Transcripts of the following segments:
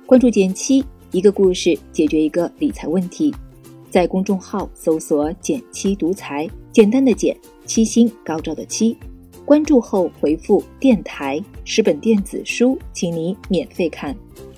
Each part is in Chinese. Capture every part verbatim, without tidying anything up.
关注减七，一个故事解决一个理财问题。在公众号搜索减七独裁，简单的减，七星高照的七。关注后回复电台，十本电子书，请你免费看。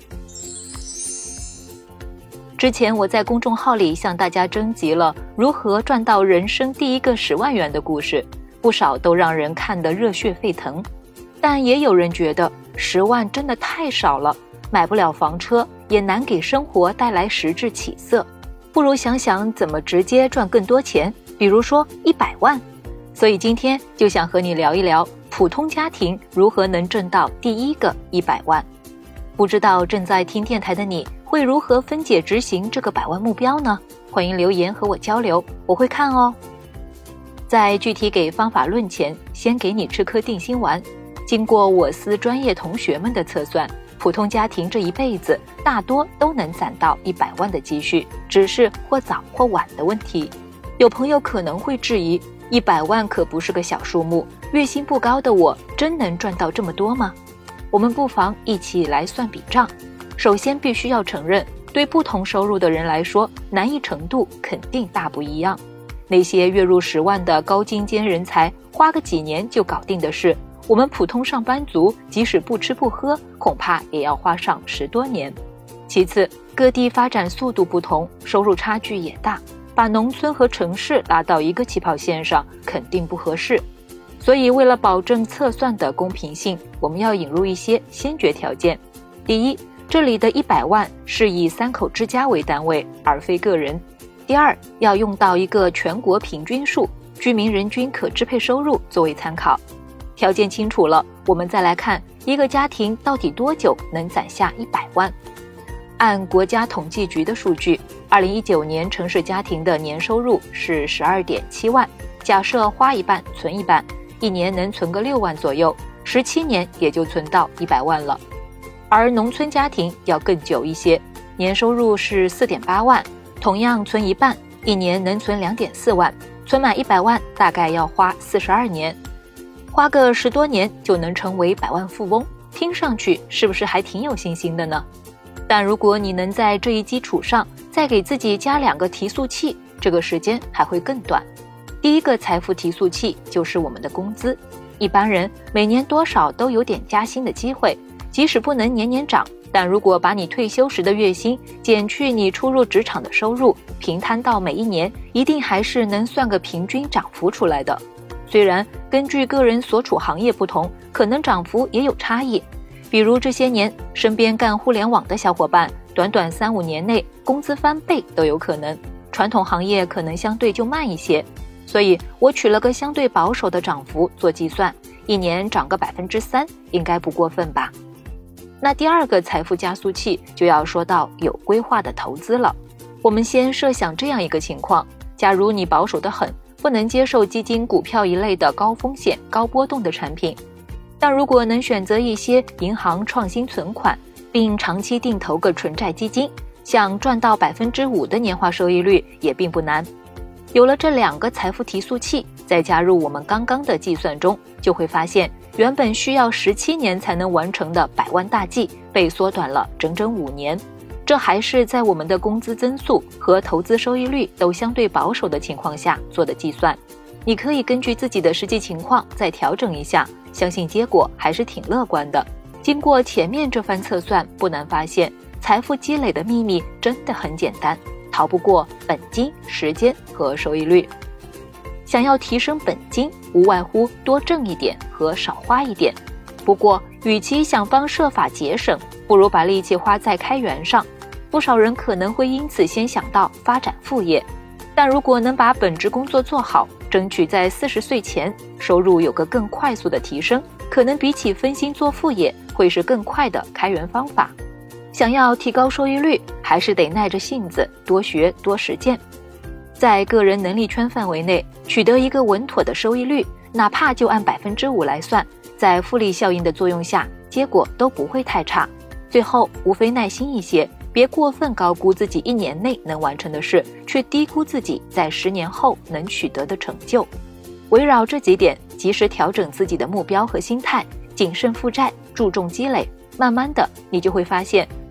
之前我在公众号里向大家征集了如何赚到人生第一个十万元的故事，不少都让人看得热血沸腾。但也有人觉得十万真的太少了，买不了房车，也难给生活带来实质起色，不如想想怎么直接赚更多钱，比如说一百万。所以今天就想和你聊一聊普通家庭如何能挣到第一个一百万。不知道正在听电台的你会如何分解执行这个百万目标呢？欢迎留言和我交流，我会看哦。在具体给方法论前，先给你吃颗定心丸。经过我司专业同学们的测算，普通家庭这一辈子大多都能攒到一百万的积蓄，只是或早或晚的问题。有朋友可能会质疑，一百万可不是个小数目，月薪不高的我真能赚到这么多吗？我们不妨一起来算笔账。首先必须要承认，对不同收入的人来说，难易程度肯定大不一样。那些月入十万的高精尖人才，花个几年就搞定的事，我们普通上班族即使不吃不喝，恐怕也要花上十多年。其次，各地发展速度不同，收入差距也大，把农村和城市拉到一个起跑线上肯定不合适。所以为了保证测算的公平性，我们要引入一些先决条件。第一，这里的一百万是以三口之家为单位，而非个人。第二，要用到一个全国平均数，居民人均可支配收入作为参考。条件清楚了，我们再来看一个家庭到底多久能攒下一百万。按国家统计局的数据，二零一九年城市家庭的年收入是 十二点七万，假设花一半存一半，一年能存个六万左右，十七年也就存到一百万了。而农村家庭要更久一些，年收入是 四点八万，同样存一半，一年能存 两点四万，存满一百万大概要花四十二年，花个十多年就能成为百万富翁，听上去是不是还挺有信心的呢？但如果你能在这一基础上再给自己加两个提速器，这个时间还会更短。第一个财富提速器就是我们的工资，一般人每年多少都有点加薪的机会，即使不能年年涨，但如果把你退休时的月薪减去你初入职场的收入，平摊到每一年，一定还是能算个平均涨幅出来的。虽然根据个人所处行业不同，可能涨幅也有差异。比如这些年身边干互联网的小伙伴，短短三五年内工资翻倍都有可能，传统行业可能相对就慢一些。所以我取了个相对保守的涨幅做计算，一年涨个百分之三，应该不过分吧？那第二个财富加速器就要说到有规划的投资了。我们先设想这样一个情况，假如你保守得很，不能接受基金、股票一类的高风险、高波动的产品，但如果能选择一些银行创新存款，并长期定投个纯债基金，想赚到百分之五的年化收益率也并不难。有了这两个财富提速器，再加入我们刚刚的计算中，就会发现原本需要十七年才能完成的百万大计被缩短了整整五年。这还是在我们的工资增速和投资收益率都相对保守的情况下做的计算。你可以根据自己的实际情况再调整一下，相信结果还是挺乐观的。经过前面这番测算，不难发现财富积累的秘密真的很简单，逃不过本金、时间和收益率。想要提升本金，无外乎多挣一点和少花一点。不过与其想方设法节省，不如把力气花在开源上。不少人可能会因此先想到发展副业，但如果能把本职工作做好，争取在四十岁前收入有个更快速的提升，可能比起分心做副业会是更快的开源方法。想要提高收益率，还是得耐着性子多学多实践。在个人能力圈范围内取得一个稳妥的收益率，哪怕就按百分之五来算，在复利效应的作用下，结果都不会太差。最后无非耐心一些，别过分高估自己一年内能完成的事，却低估自己在十年后能取得的成就。围绕这几点，及时调整自己的目标和心态，谨慎负债，注重积累，慢慢的你就会发现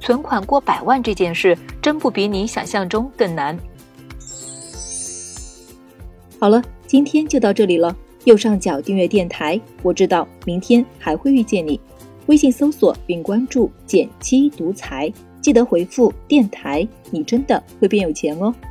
存款过百万这件事真不比你想象中更难。 好了，今天就到这里了。右上角订阅电台，我知道明天还会遇见你。微信搜索并关注减七独裁，记得回复电台，你真的会变有钱哦。